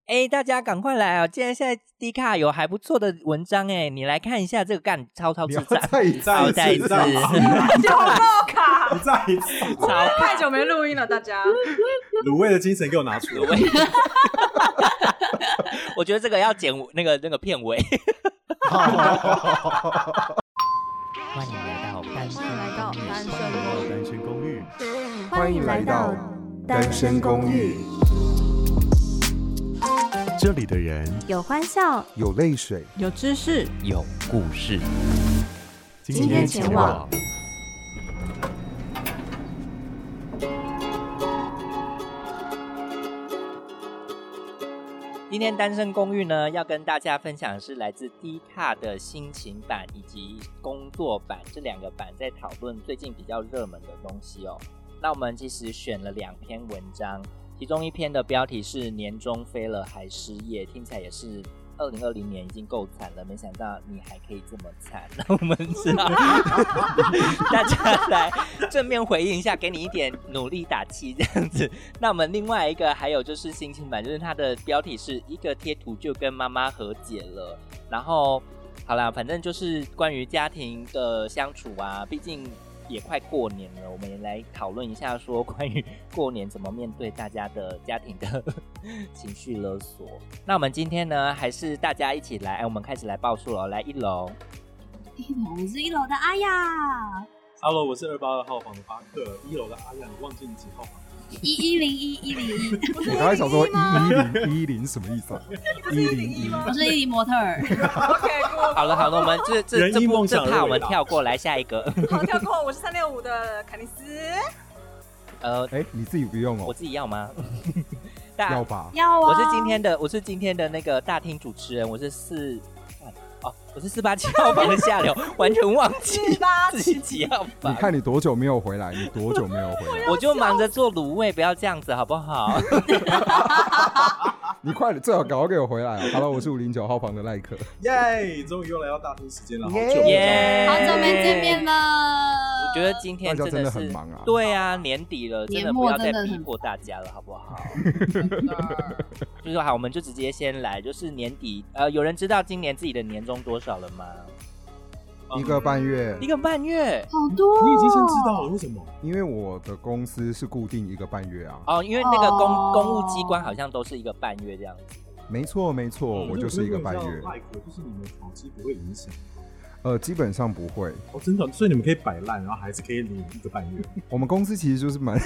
大家赶快来哦！现在 D 卡有还不错的文章你来看一下这个干超自在， 再一次， 就够卡， 你再一次， 太久没录音了，大家。 卤味的精神给我拿出来。 我觉得这个要剪那个片尾。欢迎来到单身公寓， 欢迎来到单身公寓。 这里的人有欢笑， 有泪水， 有知识， 有故事。 今天前往今天单身公寓呢，要跟大家分享的是来自 D 卡的心情版以及工作版这两个版，在讨论最近比较热门的东西哦。那我们其实选了2篇文章，其中一篇的标题是年终飞了还失业，听起来也是2020年已经够惨了，没想到你还可以这么惨。那我们知道大家来正面回应一下，给你一点努力打气这样子。那我们另外一个还有就是心情版，就是它的标题是一个贴图就跟妈妈和解了。然后好啦，反正就是关于家庭的相处啊，毕竟也快过年了，我们也来讨论一下说关于过年怎么面对大家的家庭的情绪勒索。那我们今天呢，还是大家一起来，我们开始来报数了。来1楼， 我是1楼的阿雅。 Hello， 我是282号房的巴克。1楼的阿雅，你忘记你几号房 ？101。 我刚才想说110什么意思啊？101， 我是110模特儿。 OK， 好了，我们这趴我们跳过来下一个。 好，跳过。我是365的凯尼斯。 你自己不用哦。 我自己要吗？ 要吧？ 要啊！ 我是今天的那个大厅主持人，我是487号房的下流，完全忘记自己几号房。 你看你多久没有回来？ 我就忙着做卤味，不要这样子好不好？ 你快点，最好赶快给我回来啊！好了，我是509号房的赖克。耶，终于又来到大厅时间了，好久没见面了。 我觉得今天真的是很忙啊。 对啊，年底了，真的不要再逼迫大家了，好不好？就是好，我们就直接先来，就是年底，有人知道今年自己的年终多少了吗 ？1个半月。 1个半月， 好多哦！ 你已经先知道了，为什么？因为我的公司是固定1个半月啊。 因为那个公务机关好像都是1个半月这样子。 没错，我就是1个半月。就是你们考绩不会影响？基本上不会。真的，所以你们可以摆烂，然后还是可以领1个半月。我们公司其实就是蛮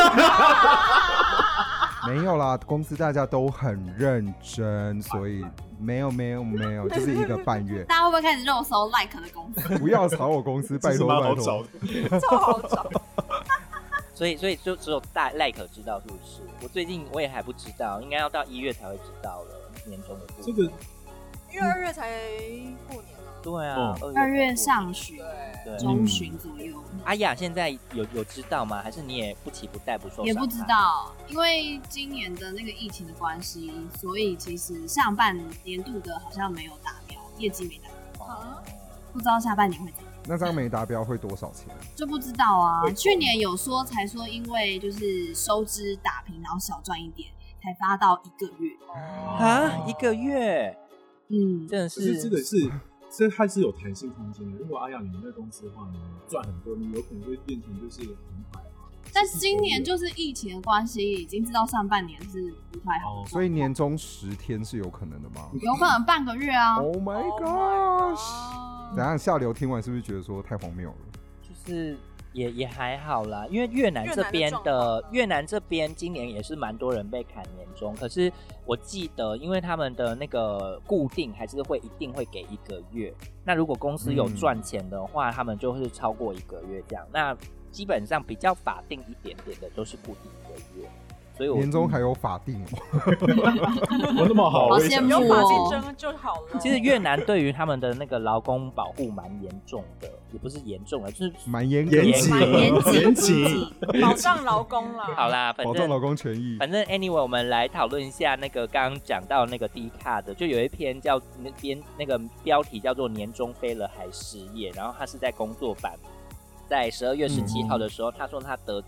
没有啦，公司大家都很认真，所以没有，就是1个半月。 大家会不会开始肉搜 like 的公司？ 不要吵我公司，拜托。 超好找。 所以就只有like知道是不是？我最近我也还不知道，应该要到1月才会知道了年终的部分。 因为2月才过年。 对啊 ，2月上旬，对，中旬左右。 阿雅现在有知道吗？还是你也不期不待不受伤害？ 也不知道，因为今年的那个疫情的关系，所以其实上半年度的好像没有达标，业绩没达标。不知道下半年会怎样。 那这样没达标会多少钱？ 就不知道啊。去年有才说因为就是收支打平，然后小赚一点，才发到1个月。 1个月？真的是这个是。所以它是有弹性空间的。如果阿雅你们在公司的话呢，赚很多，你有可能会变成就是红牌啊。 但今年就是疫情的关系，已经知道上半年是不太好， 所以年终10天是有可能的吗？ 有可能半个月啊。 Oh my gosh！ 等一下下流听完是不是觉得说太荒谬了？ 就是也还好啦，因为越南这边今年也是蛮多人被砍年终，可是我记得因为他们的那个固定还是一定会给1个月，那如果公司有赚钱的话，他们就是超过1个月这样，那基本上比较法定一点点的都是固定1个月。所以我年终还有法定我那么好， 好羡慕有法定真就好了。 其实越南对于他们的那个劳工保护蛮严重的，也不是严重的，就是蛮严谨， 保障劳工啦。 好啦， 保障劳工权益。 反正 anyway， 我们来讨论一下那个刚刚讲到那个 D 卡的，就有一篇那个标题叫做年终飞了还失业，然后他是在工作版，在12月17号的时候，他说他得知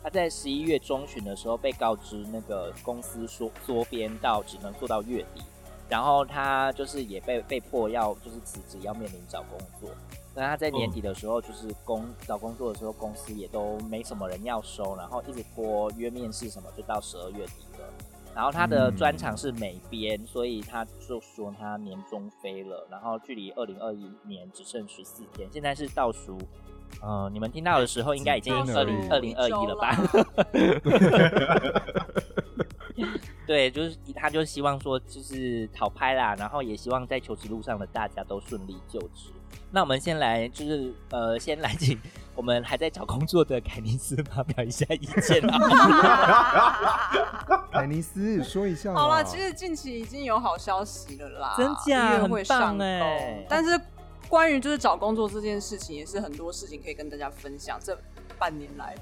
他在11月中旬的时候被告知那个公司缩编到只能做到月底，然后他就是也被迫要就是辞职，要面临找工作。那他在年底的时候，就是找工作的时候，公司也都没什么人要收，然后一直拖约面试什么，就到12月底了。然后他的专长是美编，所以他就说他年终飞了，然后距离2021年只剩14天，现在是倒数。你们听到的时候应该已经2021了吧？对，就是他就希望说就是讨拍啦，然后也希望在求职路上的大家都顺利就职。那我们先来就是先来请我们还在找工作的凯尼斯发表一下意见凯尼斯说一下。 好啦，其实近期已经有好消息了啦， 真假？ 很会上工欸， 但是关于就是找工作这件事情，也是很多事情可以跟大家分享。这半年来，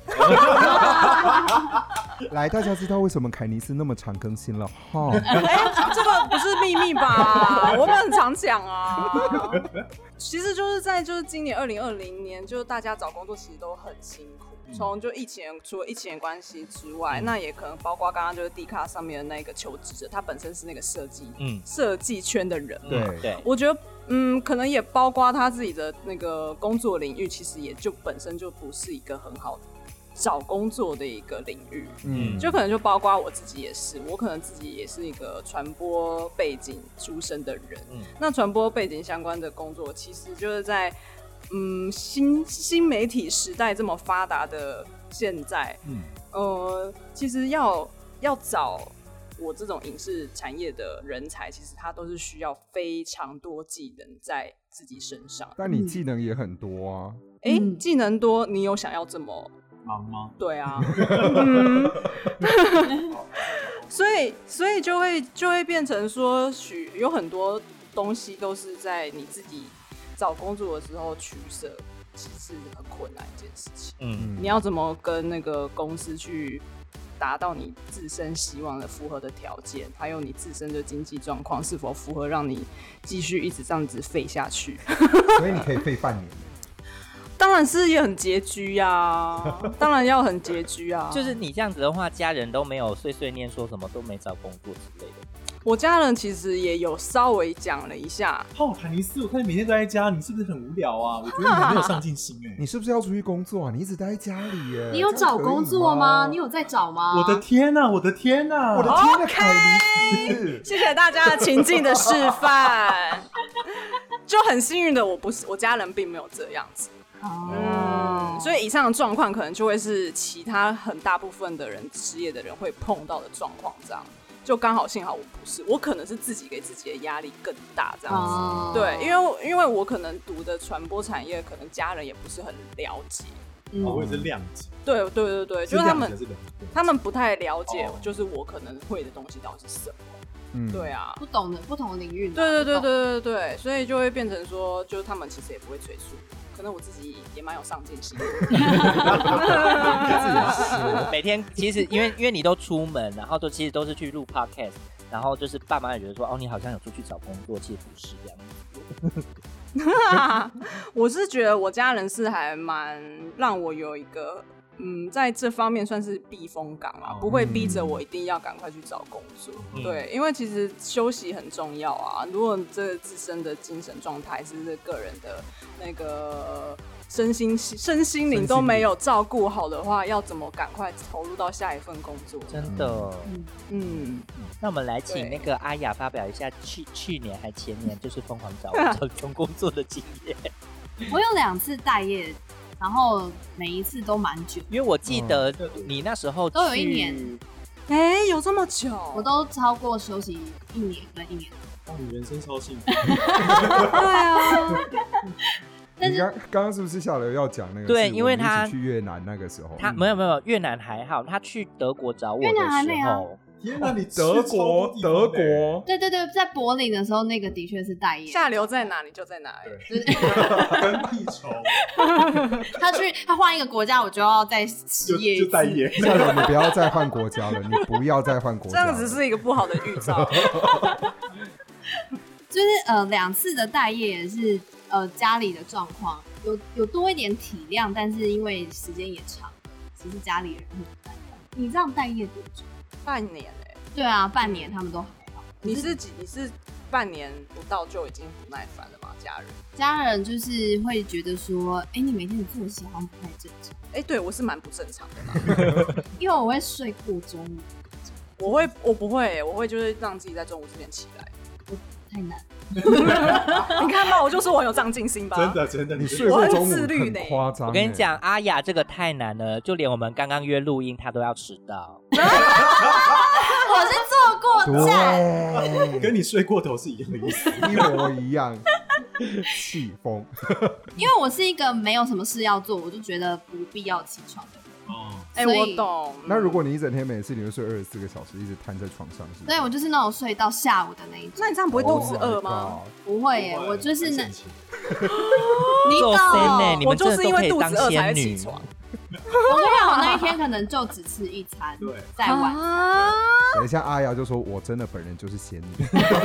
来，大家知道为什么凯尼斯那么常更新了哈？ 这个不是秘密吧？我们很常讲啊。其实就是在今年2020年，就大家找工作其实都很辛苦。从就除了疫情的关系之外，那也可能包括刚刚就是 Dcard 上面的那个求职者，他本身是那个设计圈的人， 对， 我觉得可能也包括他自己的那个工作领域，其实也就本身就不是一个很好找工作的一个领域，就可能就包括我自己也是，我可能自己也是一个传播背景出身的人，那传播背景相关的工作，其实就是在新媒体时代这么发达的现在，其实要找我这种影视产业的人才，其实他都是需要非常多技能在自己身上。 但你技能也很多啊。 技能多，你有想要这么忙吗？ 对啊，所以就会变成说，有很多东西都是在你自己找工作的时候取舍，其实是很困难一件事情。你要怎么跟那个公司去达到你自身希望的符合的条件，还有你自身的经济状况是否符合让你继续一直这样子废下去？ 所以你可以废半年。 当然是也很拮据啊，当然要很拮据啊。 就是你这样子的话，家人都没有碎碎念说什么都没找工作之类的。 我家人其实也有稍微讲了一下。 凯尼斯，我看你每天都在家，你是不是很无聊啊？我觉得你很没有上进心你是不是要出去工作啊？你一直待在家里耶。 你有找工作吗？你有在找吗？ 我的天哪！我的天哪！ 凯尼斯，谢谢大家情境的示范。就很幸运的，我家人并没有这样子。所以以上的状况可能就会是其他很大部分的人职业的人会碰到的状况，这样就刚好幸好我不是，我可能是自己给自己的压力更大这样子。对，因为我可能读的传播产业，可能家人也不是很了解。 我也是谅解。 对，就是他们不太了解，就是我可能会的东西到底是什么。对啊， 不同的领域。 对，所以就会变成说，就是他们其实也不会催促。可能我自己也蛮有上进心的。 每天其实因为你都出门，然后其实都是去录 podcast， 然后就是爸妈也觉得说，你好像有出去找工作，其实不是这样子。 我是觉得我家人是还蛮让我有一个在这方面算是避风港啦，不会逼着我一定要赶快去找工作。对，因为其实休息很重要啊。如果这自身的精神状态是个人的那个身心灵都没有照顾好的话，要怎么赶快投入到下一份工作？ 真的。那我们来请那个阿雅发表一下去年还前年就是疯狂找工作的经验。 我有2次待业。然后每一次都蛮久， 因为我记得你那时候都有1年， 有这么久？ 我都超过休息1年跟1年。 你人生超幸福。 对啊。 你刚刚是不是下来要讲那个？ 对，因为他一起去越南那个时候， 他没有越南还好，他去德国找我的时候。 天哪，你德国， 对，在柏林的时候，那个的确是待业。 下流在哪里就在哪里， 跟屁虫。 他换一个国家，我就要再失业一次。 就待业。 下流，你不要再换国家了，你不要再换国家了。 这样子是一个不好的预兆。 就是2次的待业也是家里的状况有多一点体谅，但是因为时间也长。 其实家里人会不耐烦。你这样待业多久？ 半年对啊，半年他们都还好。 你是半年不到就已经不耐烦了吗？ 家人就是会觉得说，你每天的作息好像不太正常。 对，我是蛮不正常的因为我会睡过中午。 我不会，我会就是让自己在中午之前起来。 太难。 你看吧，我就说我有上进心吧。 真的， 你睡过中午很夸张。 我跟你讲，阿雅这个太难了，就连我们刚刚约录音，她都要迟到。 我是坐过站， 跟你睡过头是一样的意思， 一模一样。气疯。 因为我是一个没有什么事要做，我就觉得不必要起床的人。 我懂。 那如果你一整天每次你会睡24个小时，一直瘫在床上，是不是？ 对，我就是那种睡到下午的那一种。 那你这样不会肚子饿吗？ 不会耶，我就是那。 你懂？ 我就是因为肚子饿才会起床。 我跟你讲，我那一天可能就只吃一餐，在晚上。 等一下，阿瑶就说：“我真的本人就是仙女。”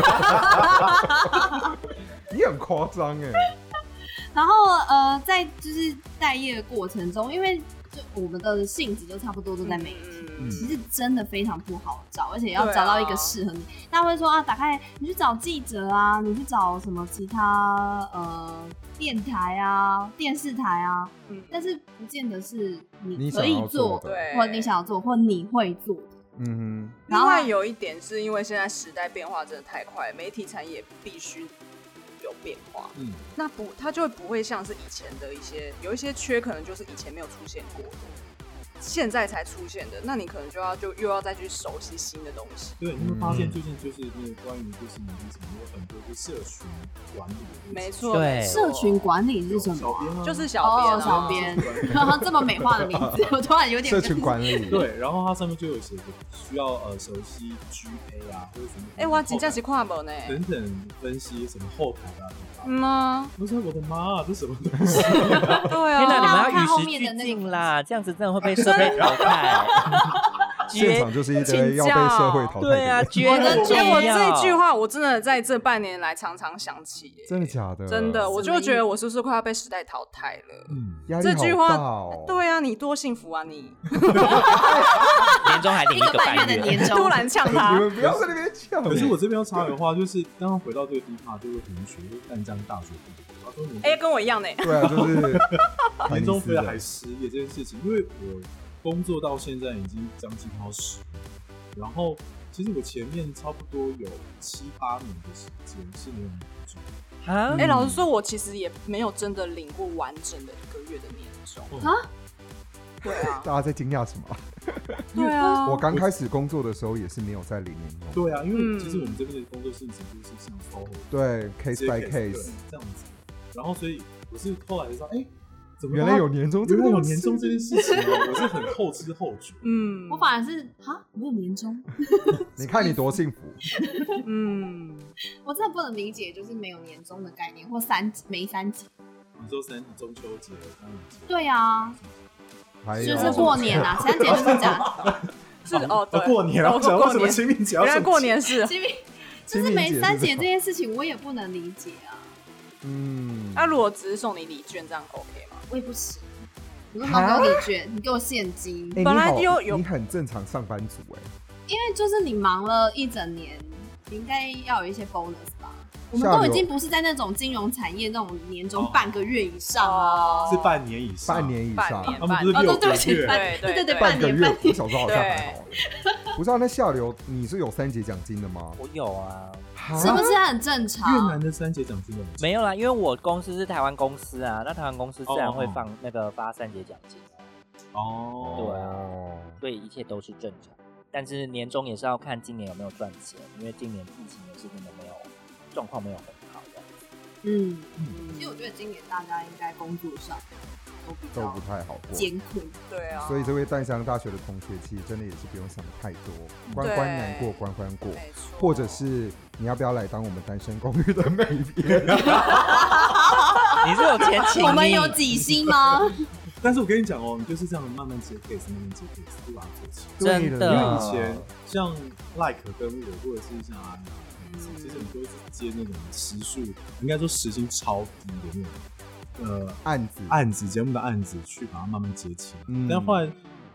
你很夸张哎。 然后在就是待业的过程中，因为就我们的性质就差不多都在媒体，其实真的非常不好找，而且要找到一个适合你。大家会说打开你去找记者啊，你去找什么其他电台啊、电视台啊，但是不见得是你可以做，或你想要做，或你会做的。 另外有一点是因为现在时代变化真的太快，媒体产业必须有变化，那它就不会像是以前的有一些缺，可能就是以前没有出现过的，现在才出现的，那你可能又要再去熟悉新的东西。 对，你会发现最近就是那个关于就是媒体产业有很多是社群管理， 没错， 对， 社群管理是什么？ 小编啊， 就是小编， 小编，这么美化的名字，我突然有点社群管理。 对，然后它上面就有写需要熟悉 GA 啊，或者什么， 我真的是看不呢， 等等分析什么后台啊。我说我的妈啊，这什么东西？ 对啊， 天哪，你们要与时俱进啦，这样子真的会被社会淘汰。 现场就是一堆要被社会淘汰的人。 对啊， 我这句话我真的在这半年来常常想起。 真的假的？ 真的，我就觉得我是不是快要被时代淘汰了？ 压力好大哦。 这句话，对啊，你多幸福啊你！ 年终还领 1个半月的年终， 突然呛他， 你们不要在那边呛。 可是我这边要插个话，就是刚刚回到这个地方，这位同学就是淡江大学毕业，他说跟我一样呢。 对啊，就是年终飞了还失业这件事情，因为我工作到现在已经将近到10年，然后其实我前面差不多有7-8年的时间是没有年终。 老实说，我其实也没有真的领过完整的1个月的年终啊。对啊， 大家在惊讶什么？ 对啊， 我刚开始工作的时候也是没有在领年终。 对啊，因为其实我们这边的工作性质就是像 SOHO， 对 case by case 这样子，然后所以我是后来就说，怎么原来有年终， 原来有年终这件事情哦，我是很后知后觉。 我反而是没有年终。 你看你多幸福。 我真的不能理解，就是没有年终的概念，或没3级。 你说3级中秋节、端午节？ 对啊，就是过年啊，3节就是这样。 是对， 过年啊，为什么清明节？ 原来过年是清明，就是没3节这件事情，我也不能理解啊。 那如果只是送你礼券，这样 OK 吗？ 我也不行。你说给我礼券，你给我现金， 本来就有， 你很正常上班族因为就是你忙了一整年，你应该要有一些 bonus 吧。我们都已经不是在那种金融产业那种年终半个月以上啊， 是半年以上， 半年以上， 他们不是6个月，对， 半个月，我小时候好像还好。不知道那下流，你是有3节奖金的吗？ 我有啊， 是不是很正常？ 越南的3节奖金没有啦，因为我公司是台湾公司啊，那台湾公司自然会发3节奖金。对啊，所以一切都是正常。但是年终也是要看今年有没有赚钱，因为今年疫情也是真的没有状况没有很好这样子。 其实我觉得今年大家应该工作上都不太好过， 艰苦。 对啊， 所以这位淡江大学的同学其实真的也是不用想的太多，关关难过关关过，或者是你要不要来当我们单身公寓的美编？ 你是有钱请我们有几薪吗？ 但是我跟你讲你就是这样慢慢接 case， 慢慢接 case， 不把它做起。 真的， 因为以前像 Like 跟我，或者是像阿娜，其实你都是接那种时数，应该说时薪超低的那种案子节目的案子，去把它慢慢接起来。但后来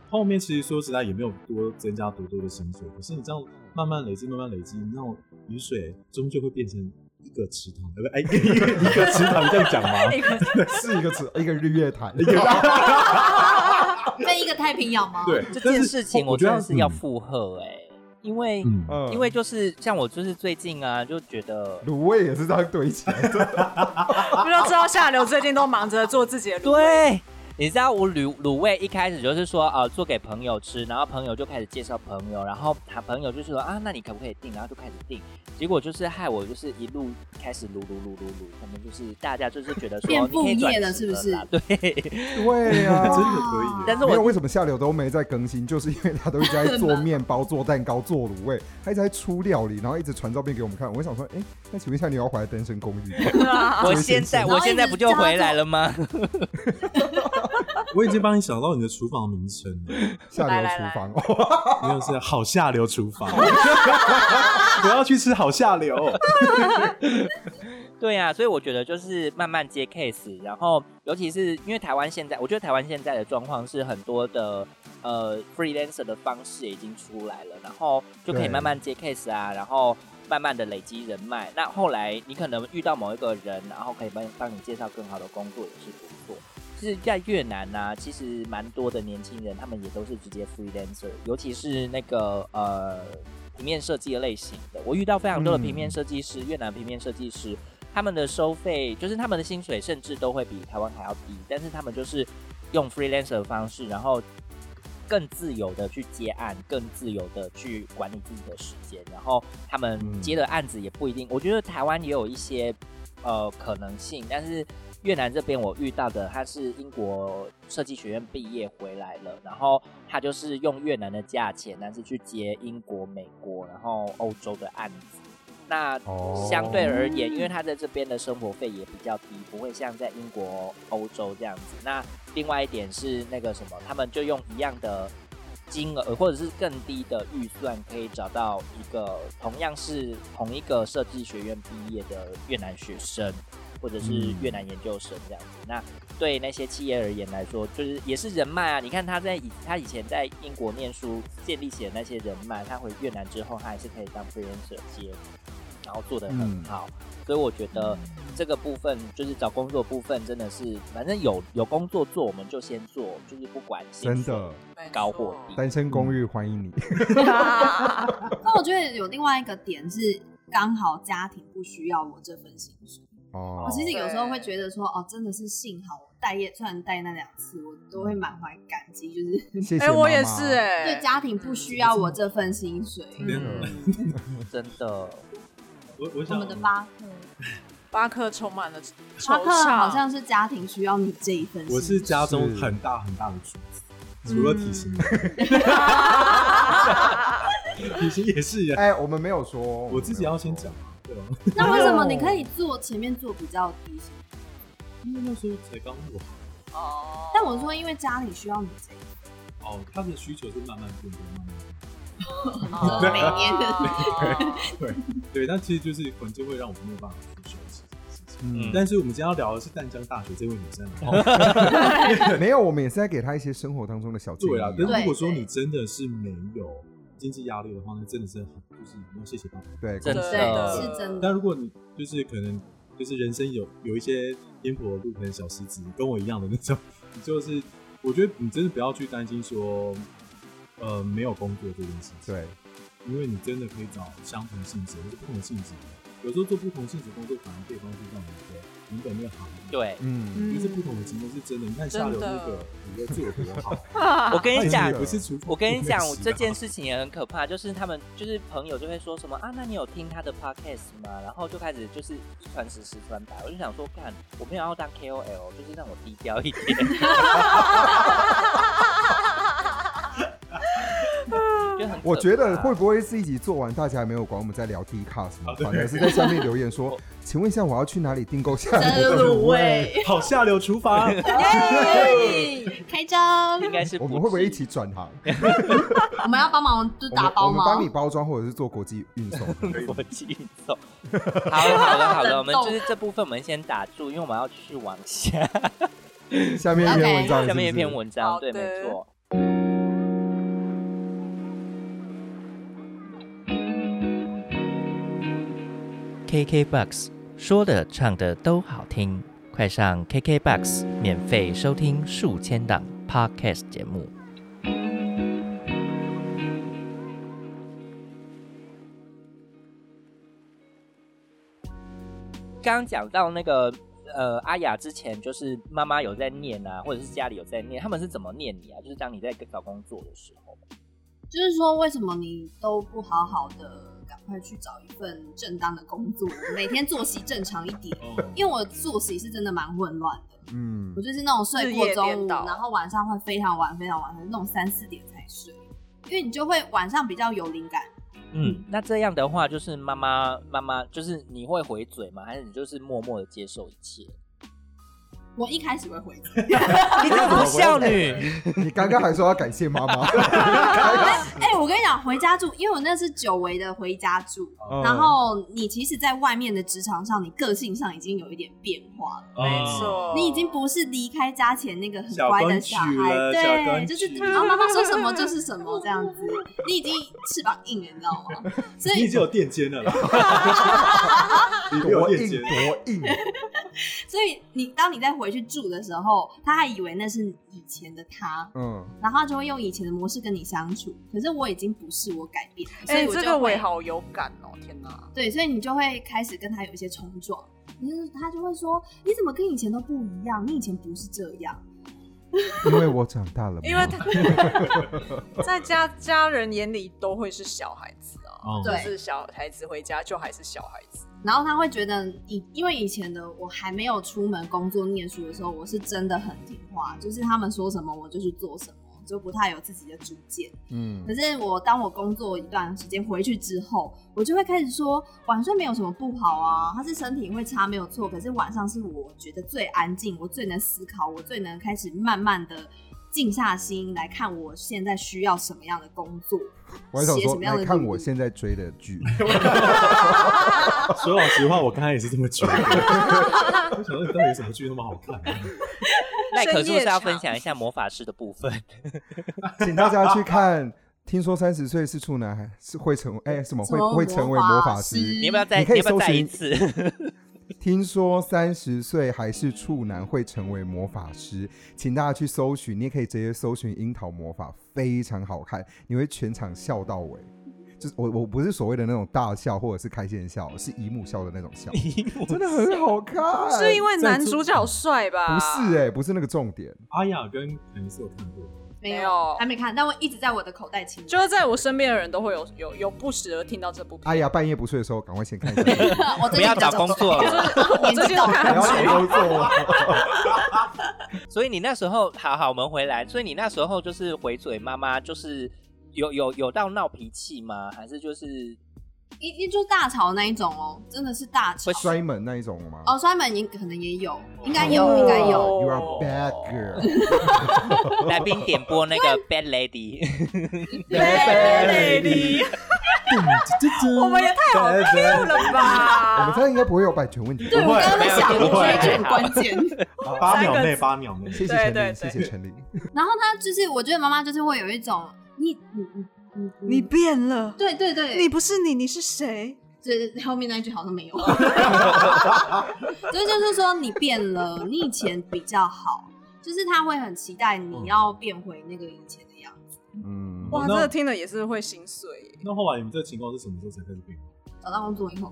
后面其实说实在也没有多增加多的薪水，可是你这样慢慢累积，那种雨水终究会变成一个池塘，一个池塘这样讲吗？ 是一个日月潭， 跟一个太平洋吗？ 对， 这件事情我真的是要附和因为就是像我就是最近啊，就觉得卤味也是这样堆起来的， 不就知道下流最近都忙着做自己的卤味。 对。你知道我卤味一开始就是说做给朋友吃，然后朋友就开始介绍朋友，然后他朋友就说那你可不可以订，然后就开始订，结果就是害我就是一路开始卤，可能就是大家就是觉得说变副业了是不是？ 对啊， 真的可以。 但是我为什么下流都没在更新，就是因为他都一直在做面包、做蛋糕、做卤味，他一直在出料理，然后一直传照片给我们看。我想说，那请问一下，你要回来单身公寓？ 我现在不就回来了吗？ 我已经帮你想到你的厨房名称了， 下流厨房没有，是好下流厨房。我要去吃好下流。 对啊，所以我觉得就是慢慢接 case， 然后尤其是因为台湾现在，我觉得台湾现在的状况是很多的freelancer 的方式已经出来了，然后就可以慢慢接 case 啊，然后慢慢的累积人脉。那后来你可能遇到某一个人，然后可以帮你介绍更好的工作，也是不错。就是在越南啊，其实蛮多的年轻人，他们也都是直接 freelancer， 尤其是那个平面设计类型的，我遇到非常多的平面设计师，越南平面设计师，他们的收费就是他们的薪水甚至都会比台湾还要低，但是他们就是用 freelancer 的方式，然后更自由的去接案，更自由的去管理自己的时间，然后他们接的案子也不一定，我觉得台湾也有一些可能性，但是越南这边我遇到的，他是英国设计学院毕业回来了，然后他就是用越南的价钱，但是去接英国、美国，然后欧洲的案子。那相对而言，因为他在这边的生活费也比较低，不会像在英国、欧洲这样子。那另外一点是那个什么，他们就用一样的金额或者是更低的预算，可以找到一个同样是同一个设计学院毕业的越南学生，或者是越南研究生这样子。那对那些企业而言来说，就是也是人脉啊。你看他以前在英国念书建立起的那些人脉，他回越南之后，他还是可以当 freelancer 接，然后做得很好。所以我觉得这个部分就是找工作部分真的是，反正有工作做我们就先做，就是不管薪水高或低。 单身公寓欢迎你。 那我觉得有另外一个点是，刚好家庭不需要我这份薪水。我其实有时候会觉得说，真的是幸好我虽然带那2次，我都会满怀感激，就是谢谢妈妈。 我也是对家庭不需要我这份薪水。 真的。 我们的巴克充满了惆怅， 巴克好像是家庭需要你这一份薪水。 我是家中很大很大的主子，除了体型，体型也是。 我们没有说， 我自己要先讲。 那为什么你可以前面做比较低薪？ 因为那时候才刚入行。 但我说，因为家里需要你这一份。他的需求是慢慢变， 每年对，但其实就是环境会让我们没有办法去休息这件事情。但是我们今天要聊的是淡江大学这位女生。 没有，我们也是在给她一些生活当中的小建议。 对啊，但如果说你真的是没有经济压力的话，那真的是就是要谢谢爸爸。 对， 真的是真的。 但如果你就是可能就是人生有一些颠簸的路，可能小石子跟我一样的那种，你就是我觉得你真的不要去担心说没有工作这件事情。 对， 因为你真的可以找相同性质或者不同性质的，有时候做不同性质工作反而可以帮助到你的原本那个行业。 对， 就是不同的经验是真的。你看下流那个，你的做的多好。 我跟你讲， 我跟你讲，这件事情也很可怕，就是他们就是朋友就会说什么那你有听他的 podcast 吗？然后就开始就是传10传100，我就想说，看我没有要当 KOL， 就是让我低调一点。 我觉得会不会是一集做完，大家还没有管我们在聊 Dcard 什么，反而是在下面留言说，请问一下我要去哪里订购下流的卤味？ 好下流厨房， 开张。 应该是我们会不会一起转行？ 我们要帮忙就打包吗？ 我们帮你包装，或者是做国际运送。 国际运送。好了，我们就是这部分我们先打住，因为我们要继续往下。 下面一篇文章， 下面一篇文章，对，没错。 KKBOX， 说的唱的都好听，快上 KKBOX 免费收听数千档 Podcast 节目。刚刚讲到那个阿雅之前就是妈妈有在念啊，或者是家里有在念，他们是怎么念你啊？就是当你在找工作的时候， 就是说为什么你都不好好的赶快去找一份正当的工作，每天作息正常一点？因为我的作息是真的蛮混乱的，我就是那种睡过中午，然后晚上会非常晚，那种3、4点才睡，因为你就会晚上比较有灵感。 那这样的话，就是妈妈，就是你会回嘴吗？还是你就是默默的接受一切？ 我一开始会回嘴。 你怎么孝女？ 你刚刚还说要感谢妈妈。 我跟你讲，回家住，因为我那是久违的回家住，然后你其实在外面的职场上，你个性上已经有一点变化了。 没错， 你已经不是离开家前那个很乖的小孩，对，就是妈妈说什么就是什么这样子。你已经翅膀硬了，你知道吗？所以你已经有垫肩了啦。 多硬。 所以当你再回去住的时候，他还以为那是以前的他，然后他就会用以前的模式跟你相处。可是我已经不是，我改变了，所以这个我也好有感哦，天哪！ 对，所以你就会开始跟他有一些冲撞，他就会说：“你怎么跟以前都不一样？你以前不是这样。” 因为我长大了嘛， 因为他在家人眼里都会是小孩子啊，就是小孩子回家就还是小孩子。 然后他会觉得因为以前的我还没有出门工作念书的时候，我是真的很听话，就是他们说什么我就去做什么，就不太有自己的主见。可是当我工作一段时间回去之后，我就会开始说晚睡没有什么不好啊，他是身体会差没有错，可是晚上是我觉得最安静，我最能思考，我最能开始慢慢的静下心来看我现在需要什么样的工作， 我还想说来看我现在追的剧。 说老实话，我刚才也是这么觉得。我想说，你到底有什么剧那么好看？ 那可是要分享一下魔法师的部分， 请大家去看。听说30岁是处男，还是会成为什么会成为魔法师？ 你要不要再一次？ 听说30岁还是处男会成为魔法师，请大家去搜寻，你也可以直接搜寻樱桃魔法，非常好看，你会全场笑到尾。就是我不是所谓的那种大笑或者是开心的笑，是姨母笑的那种笑，真的很好看。 是因为男主角帅吧？ 不是不是那个重点。 阿雅跟肯尼斯有看过吗？ 没有，还没看，但我一直在我的口袋清单。 就是在我身边的人都会有不时而听到这部片。 哎呀，半夜不睡的时候，赶快先看一下。 不要找工作了， 我最近都看不要找工作。 所以你那时候，好，我们回来。所以你那时候就是回嘴妈妈，就是有到闹脾气吗？还是就是就大吵那一种哦，真的是大吵。 会摔门那一种吗？ 摔门可能也有，应该有。 You are bad girl。 来宾点播那个 Bad Lady。 Bad Lady。我们也太好听了吧！ 我们这应该不会有版权问题。 对，我刚刚在想，我觉得这很关键。 8秒内， 谢谢陈琳，谢谢陈琳。 然后他就是，我觉得妈妈就是会有一种你变了， 对， 你不是你是谁？ 这后面那一句好像没有。就是说你变了，你以前比较好，就是他会很期待你要变回那个以前的样子。 哇，这个听了也是会心碎耶。 那后来你们这个情况是什么时候才开始变？ 找到工作以后。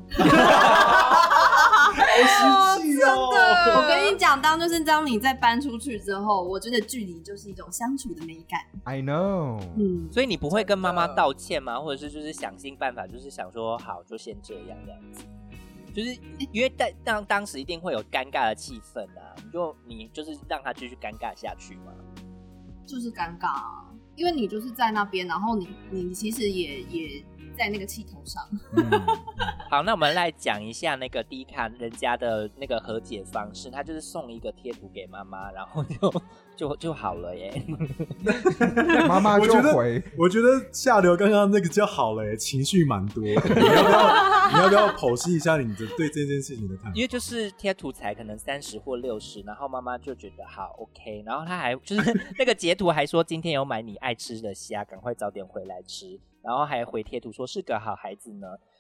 好实际哦！ 我跟你讲，当你再搬出去之后，我觉得距离就是一种相处的美感。 I know。 所以你不会跟妈妈道歉吗？或者是就是想尽办法，就是想说好就先这样子。就是因为当时一定会有尴尬的气氛啊，你就是让他继续尴尬下去嘛。 就是尴尬啊，因为你就是在那边，然后你其实也在那个气头上。 好，那我们来讲一下那个Dcard人家的那个和解方式，他就是送一个贴图给妈妈，然后就好了耶。 妈妈就回。 我觉得下流刚刚那个就好了耶，情绪蛮多的。你要不要剖析一下你的对这件事情的看法？ 因为就是贴图才可能30或60，然后妈妈就觉得好 OK， 然后他还就是那个截图还说今天有买你爱吃的虾，赶快早点回来吃，然后还回贴图说是个好孩子呢。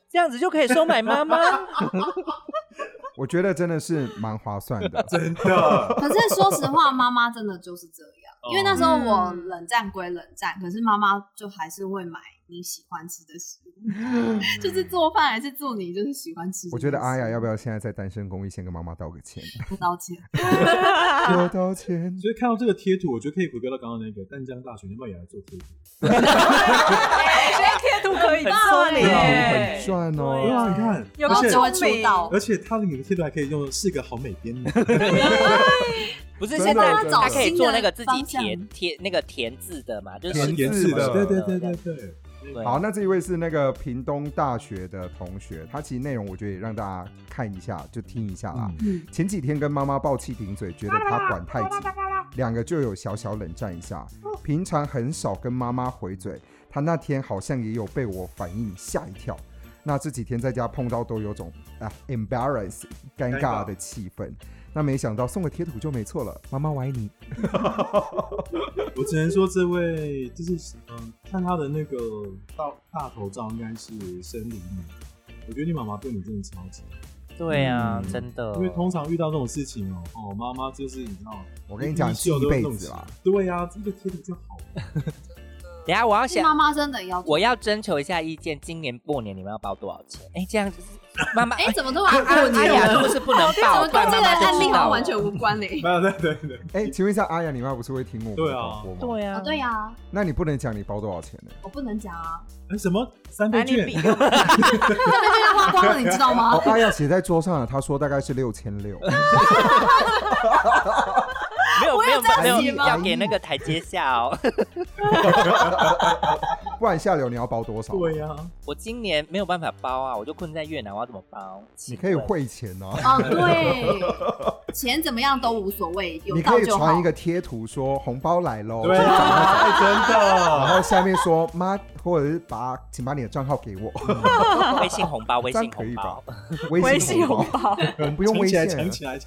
这样子就可以收买妈妈。 我觉得真的是蛮划算的， 真的。 可是说实话，妈妈真的就是这样，因为那时候我冷战归冷战，可是妈妈就还是会买你喜欢吃的食物，就是做饭还是做你就是喜欢吃的。 我觉得阿雅要不要现在在单身公寓先跟妈妈道个歉？ 不道歉， 我道歉。 所以看到这个贴图，我觉得可以回归到刚刚那个淡江大学，你要不要也来做贴图？ 现在贴图可以做贴图很赚哦。 对啊，你看， 有然后就会聪明出道。 而且它的你的贴图还可以用是个好美编的。 不是现在真的他可以做那个自己找新的贴那个填字的嘛，就是填字的，对对对对对对。 对好，那这一位是那个屏东大学的同学，他其实内容我觉得也让大家看一下，就听一下啦。前几天跟妈妈爆气顶嘴，觉得他管太紧，两个就有小小冷战一下。平常很少跟妈妈回嘴，他那天好像也有被我反应吓一跳。那这几天在家碰到都有种embarrass 尴尬的气氛。那没想到送个贴图就没错了，妈妈我爱你。 我只能说这位就是看他的那个大头照应该是生理女，我觉得你妈妈对你真的超级。 对啊，真的。 因为通常遇到这种事情妈妈就是你知道， 我跟你讲，记一辈子啦。 对啊，这个贴图就好了。 等一下我要想， 妈妈真的要， 我要征求一下意见，今年过年你们要包多少钱？这样子妈妈， 怎么突然过年阿雅是不是不能报？ 怎么跟这个案例好像完全无无关嘞？ 对。 请问一下阿雅，你妈不是会听我们的广播吗？ 对啊， 对呀。 那你不能讲你包多少钱呢？ 我不能讲啊。 什么3倍券？3倍券要花光了，你知道吗？ 阿雅写在桌上了，她说大概是6600。 没有，要给那个台阶下哦。 不然下流你要包多少？ 对呀， 我今年没有办法包啊，我就困在越南，我要怎么包？ 你可以汇钱哦。 对，钱怎么样都无所谓，有你到就好。 可以传一个贴图说红包来喽， 对啊，真的。 然后下面说妈，或者是请把你的账号给我。 微信红包，微信红包， 微信红包，我们不用微信， 抢起来。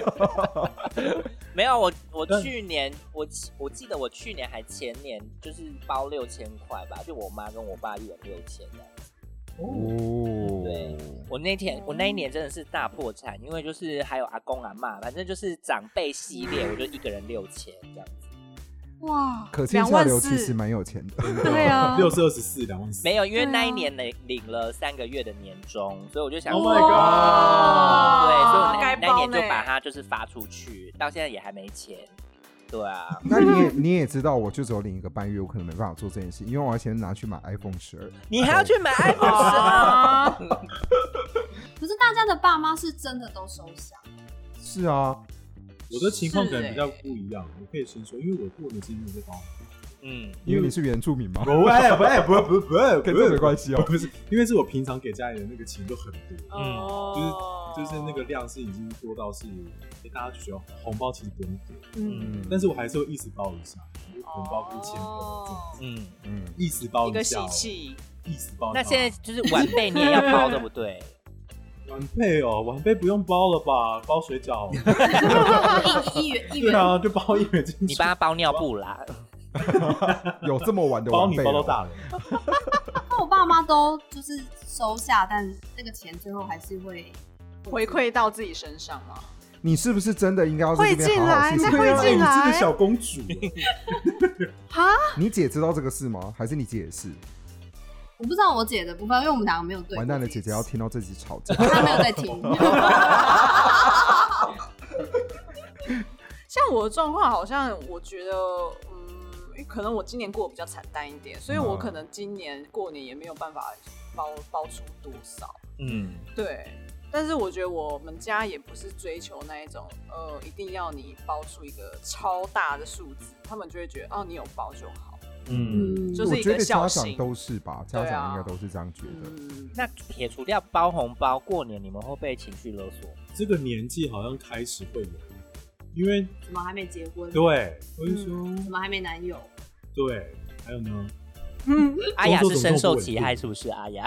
没有，我去年我记得我去年还前年就是包6000块吧，就我妈跟我爸一人6000这样子。对，我那一年真的是大破产，因为就是还有阿公阿嬷，反正就是长辈系列，我就一个人6000这样子。 哇， 可见下流其实蛮有钱的。 对啊 ，624，24000。 没有，因为那一年领了3个月的年终，所以我就想 ，Oh my god， 对，所以我那一年就把它就是发出去，到现在也还没钱。对啊， 那你也知道，我就只有领1个半月，我可能没办法做这件事，因为我要先拿去买 iPhone 12。 你还要去买 iPhone 12？ 可是大家的爸妈是真的都收下。 是啊。 我的情况可能比较不一样，我可以先说，因为我过年其实没有在包。 因为你是原住民吗？ 不，跟这没关系哦。 不是，因为是我平常给家里的那个钱就很多，就是那个量是已经多到是，大家就觉得红包其实不用给，但是我还是会意思包一下，红包1000分这样子，意思包一下， 一个喜气， 意思包。 那现在就是晚辈你也要包，对不对？ 晚辈不用包了吧？包水饺 1元， 对啊，就包1元进去。 你帮他包尿布啦。 有这么晚的晚辈？ 包你包到大人。 那我爸妈都就是收下，但那个钱最后还是会回馈到自己身上吗？ 你是不是真的应该要在这边好好谢谢？ 会进来， 你是个小公主。 哈？ 你姐知道这个事吗？还是你姐也是？ 我不知道我姐的部分，因为我们两个没有对。 完蛋了，姐姐要听到这集吵架。 她没有在听。 像我的状况，好像我觉得，可能我今年过得比较惨淡一点，所以我可能今年过年也没有办法包出多少。对。但是我觉得我们家也不是追求那一种，一定要你包出一个超大的数字，他们就会觉得，你有包就好。就是一个孝心。我觉得家长都是吧，家长应该都是这样觉得。 那撇除掉包红包，过年你们会不会情绪勒索？ 这个年纪好像开始会有，因为怎么还没结婚？ 对，我就说怎么还没男友？ 对，还有呢？ 阿雅是深受其害，是不是？阿雅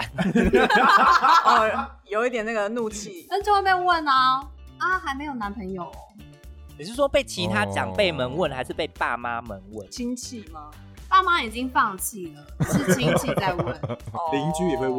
有一点那个怒气， 那就会被问啊，还没有男朋友哦。 你是说被其他长辈们问，还是被爸妈们问？ 亲戚吗？ 爸妈已经放弃了，是亲戚在问， 邻居也会问。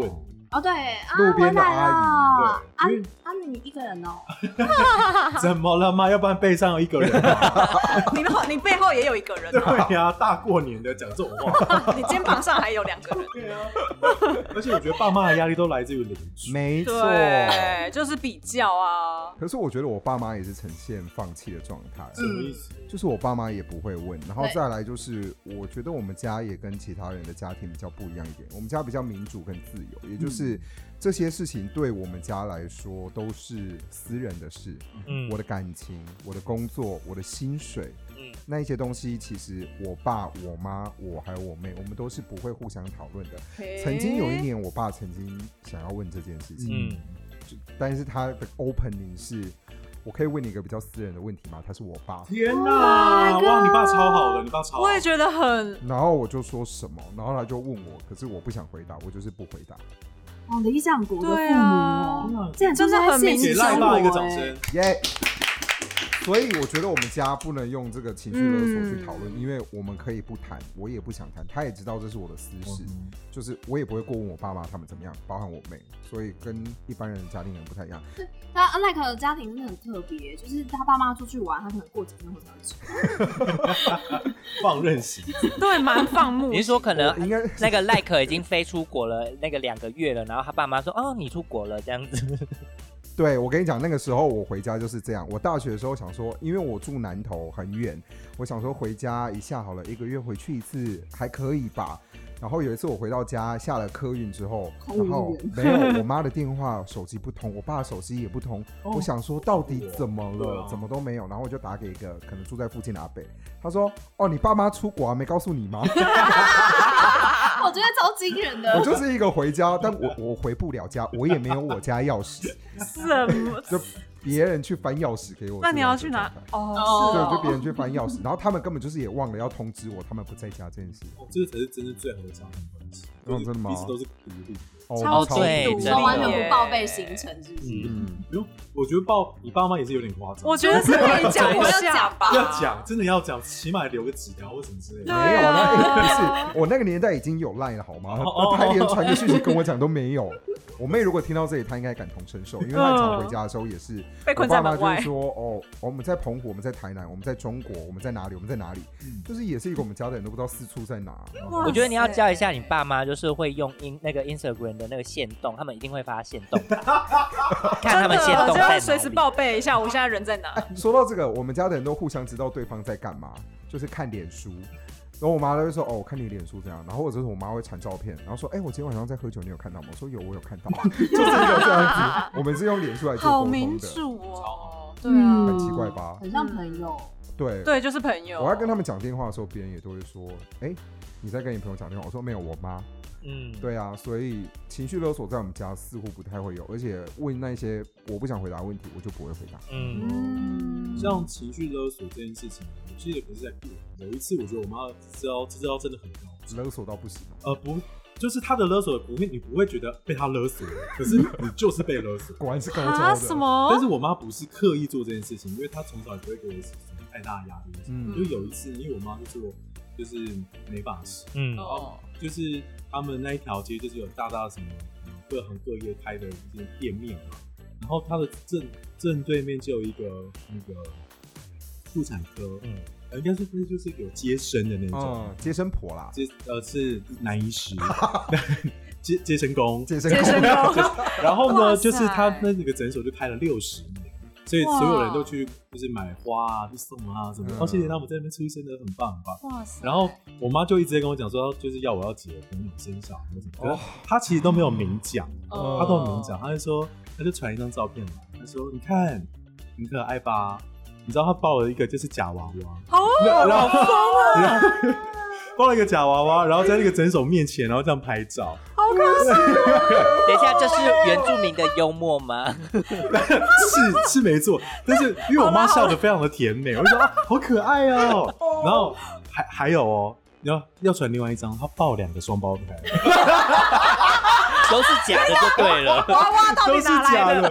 哦，对， 路边的阿姨，对， 你一个人哦？ 怎么了吗？要不然背上有一个人， 你背后也有一个人， 对呀，大过年的讲这种话， 你肩膀上还有2个人， 对啊。而且我觉得爸妈的压力都来自于邻居， 没错， 对，就是比较啊。 可是我觉得我爸妈也是呈现放弃的状态， 什么意思？ 就是我爸妈也不会问，然后再来就是我觉得我们家也跟其他人的家庭比较不一样一点，我们家比较民主跟自由，也就是这些事情对我们家来说都是私人的事，我的感情、我的工作、我的薪水，那一些东西其实我爸、我妈、我还有我妹，我们都是不会互相讨论的。曾经有一年，我爸曾经想要问这件事情，但是他的 opening 是。我可以问你一个比较私人的问题吗？他是我爸。 天哪！哇，你爸超好的，你爸超好。 我也觉得很。 然后我就说什么，然后他就问我，可是我不想回答，我就是不回答。 哦，理想国的父母哦，这真的很明显。 给赖爸一个掌声， 耶！所以我觉得我们家不能用这个情绪勒索去讨论，因为我们可以不谈，我也不想谈，他也知道这是我的私事，就是我也不会过问我爸妈他们怎么样，包含我妹，所以跟一般人的家庭人不太一样。 对，他赖克的家庭真的很特别，就是他爸妈出去玩，他可能过几天后才会吃， 放任型， 对，蛮放牧。 你是说可能应该那个赖克已经飞出国了，那个2个月了，然后他爸妈说哦你出国了这样子。 对，我跟你讲，那个时候我回家就是这样。我大学的时候想说，因为我住南投很远，我想说回家一下好了，1个月回去一次还可以吧。然后有一次我回到家，下了客运之后，然后没有我妈的电话，手机不通，我爸的手机也不通。我想说到底怎么了？怎么都没有。然后我就打给一个可能住在附近的阿伯，他说：“哦，你爸妈出国啊，没告诉你吗？” 我觉得超惊人的。 我就是一个回家，但我回不了家，我也没有我家钥匙。 什么？ 就别人去翻钥匙给我。 那你要去哪？ 哦，对，就别人去翻钥匙，然后他们根本就是也忘了要通知我，他们不在家这件事。 这个才是真正最好的家庭关系。 真的吗？ 彼此都是独立的。 超对， 完全不报备行程，是不是？ 我觉得你爸妈也是有点夸张。 我觉得是可以讲一下吧， 要讲，真的要讲，起码留个纸条或什么之类的。 没有啦，不是，我那个年代已经有 LINE 了，好吗？他连传个讯息跟我讲都没有。我妹如果听到这里，她应该感同身受，因为她常回家的时候也是被困在门外。 我爸妈就是说，哦，我们在澎湖，我们在台南，我们在中国，我们在哪里？我们在哪里？就是也是一个我们家的人都不知道四处在哪。 我觉得你要教一下你爸妈，就是会用那个 Instagram 的那个限动，他们一定会发限动，看他们限动在哪里， 就随时报备一下，我现在人在哪。 说到这个，我们家的人都互相知道对方在干嘛，就是看脸书。然后我妈都会说：“哦，我看你脸书这样。”然后或者是我妈会传照片，然后说：“哎，我今天晚上在喝酒，你有看到吗？”我说：“有，我有看到。”就是一个这样子，我们是用脸书来做沟通的。 好民主哦，对啊， 很奇怪吧？ 很像朋友。 对， 就是朋友。 我要跟他们讲电话的时候，别人也都会说：“哎，你在跟你朋友讲电话？”我说：“没有，我妈。”对啊，所以情绪勒索在我们家似乎不太会有，而且问那些我不想回答的问题，我就不会回答。 像情绪勒索这件事情，我记得不是在过年，有一次我觉得我妈这招真的很高， 勒索到不行。 不，就是他的勒索你不会觉得被他勒索，可是你就是被勒索。 果然是高招的。 什么？ 但是我妈不是刻意做这件事情，因为她从小也不会给我什么太大的压力。就有一次，因为我妈是做就是美发师，然后就是他们那一条街就是有大什么各行各业开的一间店面嘛，然后他的正对面就有一个那个妇产科，应该是就是有接生的那种， 接生婆啦， 是男医师，接生工，然后呢，就是他那个诊所就开了60年。所以所有人都去，就是买花啊，去送啊什么的。谢谢他们在那边出生的，很棒很棒。哇塞！然后我妈就一直在跟我讲说，就是要我要结婚、生小孩什么。可是她其实都没有明讲，她都没有明讲。她就说，她就传一张照片来，她说：“你看，很可爱吧？”你知道她抱了一个就是假娃娃，然后抱了一个假娃娃，然后在那个诊所面前，然后这样拍照。 好可惜。 等一下，这是原住民的幽默吗？ 是没错，但是因为我妈笑得非常的甜美，我就说好可爱哦。然后还有哦，要传另外一张，她抱2个双胞胎， 都是假的就对了， 娃娃到底哪来的？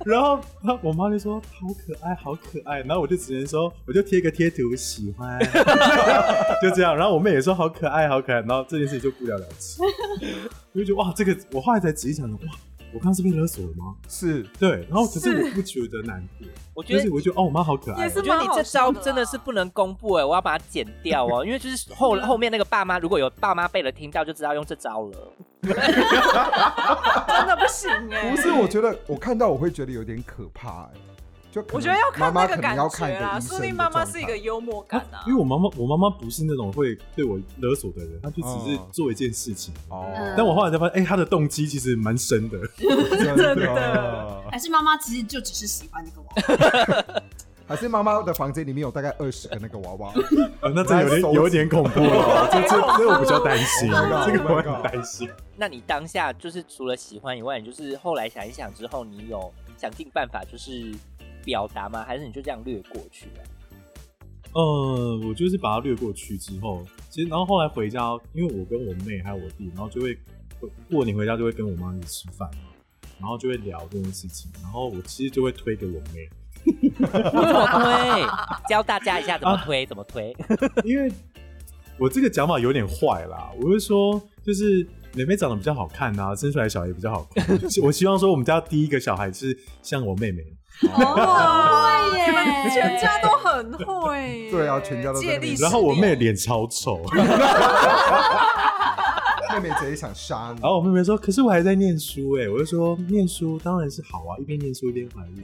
然后我妈就说好可爱好可爱，然后我就只能说我就贴个贴图喜欢，就这样。然后我妹也说好可爱好可爱，然后这件事情就不了了之。我就觉得哇，这个我后来才仔细想，哇，我刚刚是被勒索了吗？ 是对，然后可是我不觉得难过，我觉得哦，我妈好可爱。 也是我觉得你这招真的是不能公布我要把它剪掉哦，因为就是后面那个爸妈如果有爸妈被了听到，就知道用这招了。 真的不行哎。 不是？我觉得我看到我会觉得有点可怕哎。 我觉得要看那个感觉啦，说不定妈妈是一个幽默感啊。 因为我妈妈不是那种会对我勒索的人，她就只是做一件事情。但我后来才发现，她的动机其实蛮深的， 真的。 还是妈妈其实就只是喜欢那个娃娃， 还是妈妈的房间里面有大概20个那个娃娃？ 那这有点恐怖了，这我比较担心，这个我很担心。 那你当下就是除了喜欢以外，你就是后来想一想之后，你有想尽办法就是表达吗？还是你就这样略过去啊？ 我就是把它略过去之后，其实然后后来回家，因为我跟我妹还有我弟，然后就会过年回家就会跟我妈一起吃饭，然后就会聊这件事情，然后我其实就会推给我妹。 怎么推？教大家一下怎么推，怎么推？ 因为我这个讲法有点坏啦，我会说就是妹妹长得比较好看啊，生出来小孩也比较好看。我希望说我们家第一个小孩是像我妹妹。 哦，会耶， 全家都很会。 对啊，全家都借力使力。 然后我妹脸超丑。 妹妹直接想杀你。 然后我妹妹说：“可是我还在念书哎。”我就说：“念书当然是好啊，一边念书一边怀孕。”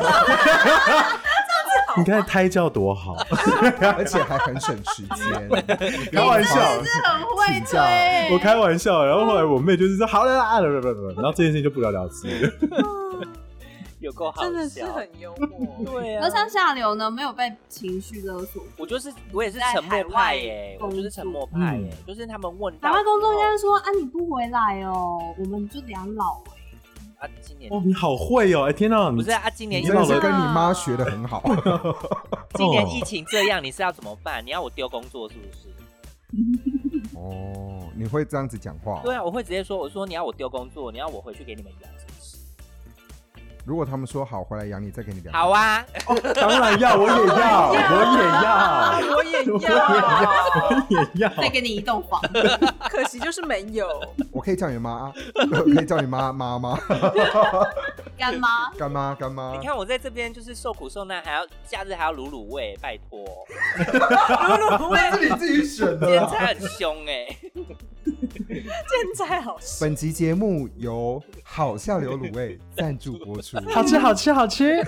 你看胎教多好， 而且还很省时间。 开玩笑， 真的很会推。 我开玩笑，然后后来我妹就是说：“好了啦，然后这件事情就不了了之。 有够好笑， 真的是很幽默。 对啊。 而像下流呢，没有被情绪勒索。 我也是沉默派耶，我就是沉默派耶，就是他们问到台湾工作应该说啊，你不回来哦，我们就养老啊，今年哦，你好会哦！哎，天哪， 不是啊，今年真的是跟你妈学的很好。 今年疫情这样，你是要怎么办？你要我丢工作是不是？ 哦，你会这样子讲话？ 对啊，我会直接说，我说你要我丢工作，你要我回去给你们养，是不是？ 如果他们说好回来养你，再给你2。 好啊， 当然要，我也要， 我也要， 再给你一栋房。 可惜就是没有。 我可以叫你妈，可以叫你妈吗？ 干妈， 干妈，干妈。 你看我在这边就是受苦受难，假日还要卤味，拜托。 卤味是你自己选的。 剪裁很凶哎。 现在好吃。 本集节目由好下流卤味赞助播出。 好吃，好吃，好吃。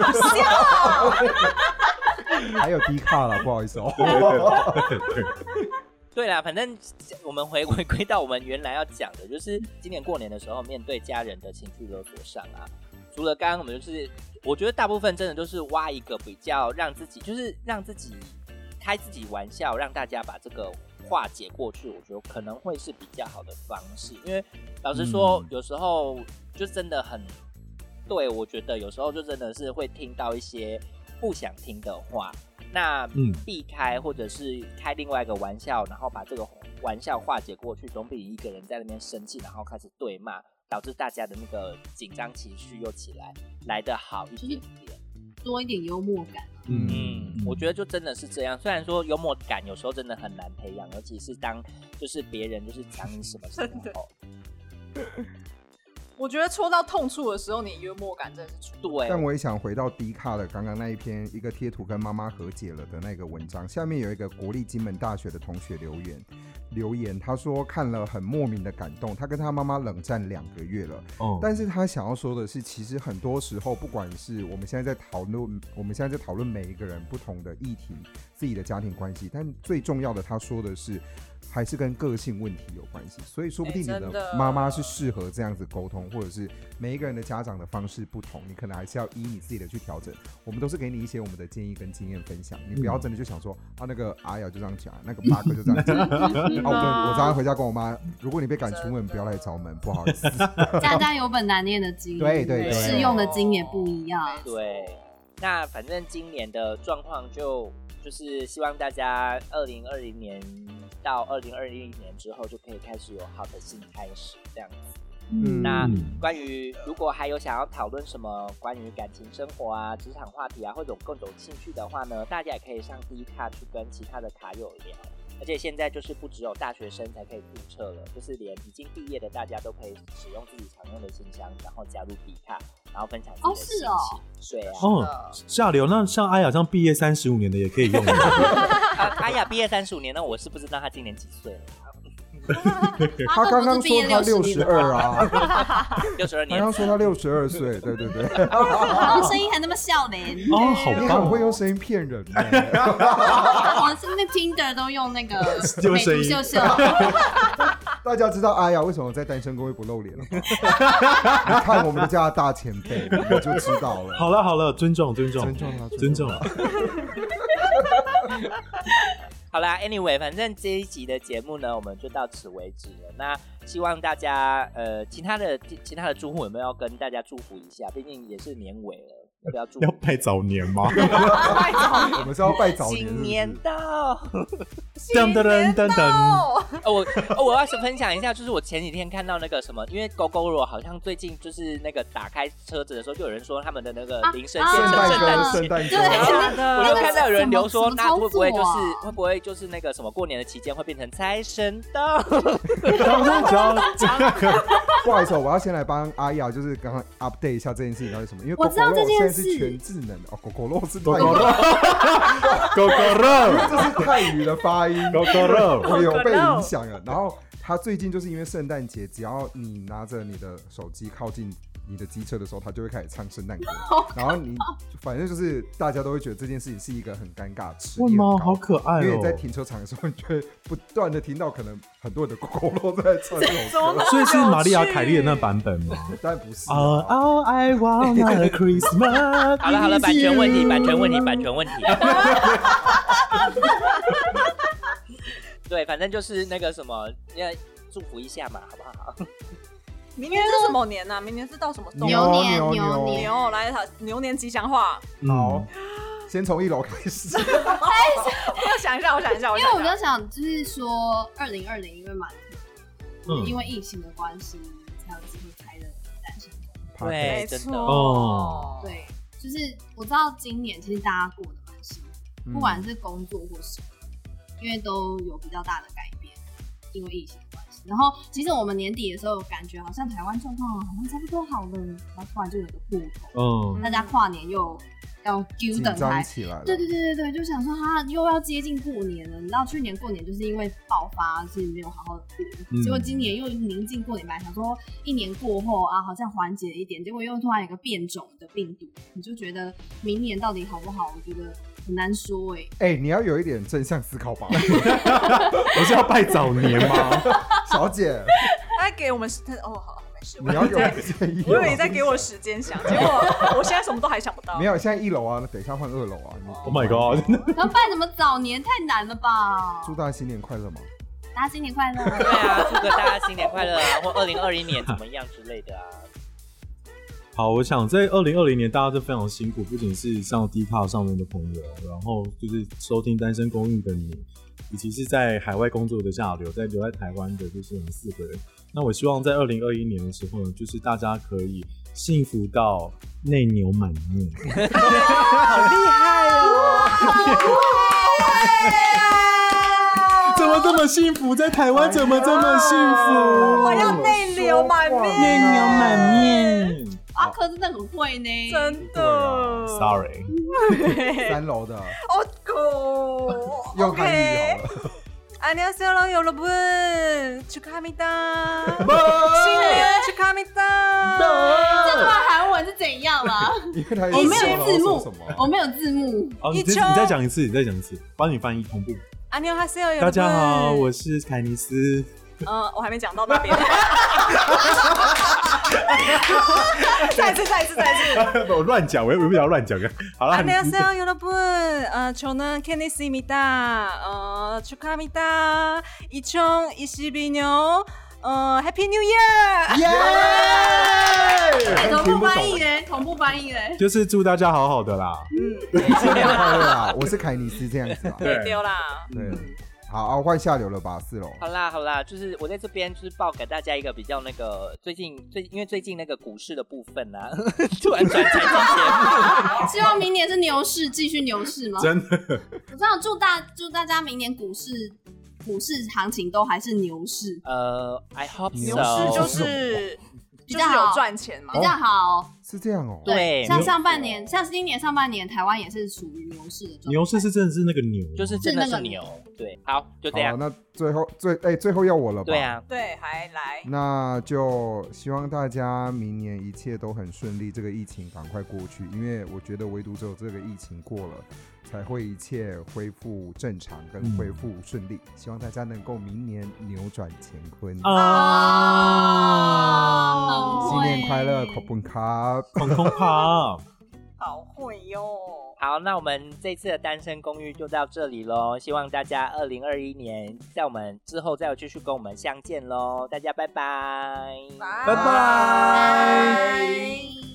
还有低卡了，不好意思哦。 对啦，反正我们回归到我们原来要讲的，就是今年过年的时候，面对家人的情绪勒索上啊，除了刚刚我们就是我觉得大部分真的都是挖一个比较让自己开自己玩笑，让大家把这个化解过去，我觉得可能会是比较好的方式。因为老实说，有时候就真的很对，我觉得有时候就真的是会听到一些不想听的话，那避开或者是开另外一个玩笑，然后把这个玩笑化解过去，总比一个人在那边生气，然后开始对骂，导致大家的那个紧张情绪又起来得好一点点， 多一点幽默感。 我觉得就真的是这样。虽然说幽默感有时候真的很难培养，尤其是当就是别人就是讲你什么时候。 我觉得戳到痛处的时候，你幽默感真的是出。 对。 但我也想回到迪卡的刚刚那一篇一个贴图跟妈妈和解了的那个文章，下面有一个国立金门大学的同学留言，他说看了很莫名的感动，他跟他妈妈冷战2个月了。但是他想要说的是，其实很多时候，不管是我们现在在讨论每一个人不同的议题，自己的家庭关系，但最重要的，他说的是还是跟个性问题有关系。所以说不定你的妈妈是适合这样子沟通，或者是每一个人的家长的方式不同，你可能还是要依你自己的去调整。我们都是给你一些我们的建议跟经验分享，你不要真的就想说那个阿瑶就这样讲，那个巴哥就这样讲。我早上回家跟我妈，如果你被赶出门，不要来找门，不好意思。 家家有本难念的经， 对， 适用的经也不一样。 对，那反正今年的状况就是希望大家2020年到2021年之后就可以开始有好的新开始，这样子。 那关于如果还有想要讨论什么关于感情生活啊、职场话题啊，或者各种兴趣的话呢，大家也可以上Dcard去跟其他的卡友聊。而且现在就是不只有大学生才可以注册了，就是连已经毕业的大家都可以使用自己常用的信箱，然后加入Dcard，然后分享自己的心情。对啊， 下流。那像阿雅这样毕业35年的也可以用。 阿雅毕业35年，那我是不知道他今年几岁了。 他刚刚说他62啊 ，62年。 他刚说他62岁，对。 然后声音还那么笑脸。 好棒！ 你很会用声音骗人。 我是那 Tinder 都用那个美图秀秀。 大家知道阿雅为什么在单身公寓不露脸了吗？你看我们家的大前辈，你就知道了。 好了，尊重。 好啦 ，Anyway， 反正这一集的节目呢，我们就到此为止了。那希望大家其他的住户有没有要跟大家祝福一下？毕竟也是年尾了，要不要祝福？ 要拜早年吗？ 我们是要拜早年， 新年到，我要分享一下，就是我前几天看到那个什么，因为 GoGoRo 好像最近就是那个打开车子的时候，就有人说他们的那个铃声变成圣诞节，我就看到有人留说，那会不会就是那个什么过年的期间会变成财神到？ 不好意思，我要先来帮阿雅，就是刚刚 update 一下这件事情到底什么，因为我知道这件是全智能的，GoGoRo是泰语 ，GoGoRo， 这是泰语的发音 ，GoGoRo， 我有被影响了。然后他最近就是因为圣诞节，只要你拿着你的手机靠近你的机车的时候，他就会开始唱圣诞歌，然后你反正就是大家都会觉得这件事情是一个很尴尬、吃力很高， 好可爱哦！ 因为你在停车场的时候，你就会不断的听到可能很多人的GoGoRo在唱这首歌， 所以是玛丽亚凯莉的那版本吗？ 当然不是。 All I want a Christmas。 好了，版权问题。对，反正就是那个什么，要祝福一下嘛，好不好？ 明年是什么年啊？明年是到什么动物？ 牛来牛年吉祥话。 好，先从1楼开始。 我想一下， 因为我就想，就是说2020因为蛮因为疫情的关系，才有机会开的单身公寓。 对， 没错。 对，就是我知道今年其实大家过得蛮辛苦，不管是工作或什么，因为都有比较大的改变，因为疫情的关系。然后其实我们年底的时候感觉好像台湾状况好像差不多好了，然后突然就有个破口，大家跨年又要紧张起来了。 对，就想说又要接近过年了。你知道去年过年就是因为爆发是没有好好的过，结果今年又临近过年，本来想说一年过后啊好像缓解一点，结果又突然有个变种的病毒，你就觉得明年到底好不好？我觉得很难说你要有一点正向思考吧。 我是要拜早年吗？ 小姐， 他给我们好，没事。 你要有建议。 我以为你在给我时间想，结果我现在什么都还想不到。 没有，现在1楼啊，等一下换2楼啊。 Oh my god！ 然后拜什么早年太难了吧？ 祝大家新年快乐嘛！ 大家新年快乐！ 对啊，祝大家新年快乐啊，或2021年怎么样之类的啊。 好，我想在2020年大家都非常辛苦，不仅是上 Dcard 上面的朋友，然后就是收听单身公寓的你，以及是在海外工作的下留在台湾的就是我们4个人。那我希望在2021年的时候呢，就是大家可以幸福到内牛满面。 好厉害哦！ 怎么这么幸福？在台湾怎么这么幸福？ 我要内牛满面， 内牛满面。 阿珂真的很会呢， 真的。 Sorry。 3楼的。用韩语好了。 안녕하세요 여러분 축하합니다. 신년 축하합니다. 这段韩文是怎样啦？我没有字幕，我没有字幕。 你再讲一次，帮你翻译同步。 안녕하세요 여러분. 大家好，我是凯尼斯。 我还没讲到那边。再一次。 我乱讲，我也不想乱讲。好了。 안녕하세요 여러분. 저는 케니스입니다. 축하합니다. 2022년 Happy New Year. 同步翻译嘞， 就是祝大家好好的啦。 新年快乐啦！我是凯尼斯这样子啊。 对丢啦。 对。 好，换下流了吧，4楼。 好啦，就是我在这边就是报给大家一个比较那个因为最近那个股市的部分啊，突然转财经节目， 希望明年是牛市，继续牛市吗？ 真的， 我知道，祝大家明年股市行情都还是牛市。 I hope so。 牛市就是比较好有赚钱嘛， 比较好。 是这样哦。 对， 像今年上半年，台湾也是属于牛市的状态。 牛市是真的是那个牛， 就是真的是牛。对，好，就这样。 那最后要我了吧？ 对啊， 对，还来。 那就希望大家明年一切都很顺利，这个疫情赶快过去，因为我觉得唯独只有这个疫情过了，才会一切恢复正常跟恢复顺利。希望大家能够明年扭转乾坤。新年快乐，口本卡， 空卡， 好会哟。 好，那我们这次的单身公寓就到这里咯，希望大家2021年在我们之后再有继续跟我们相见咯，大家拜拜， 拜拜拜。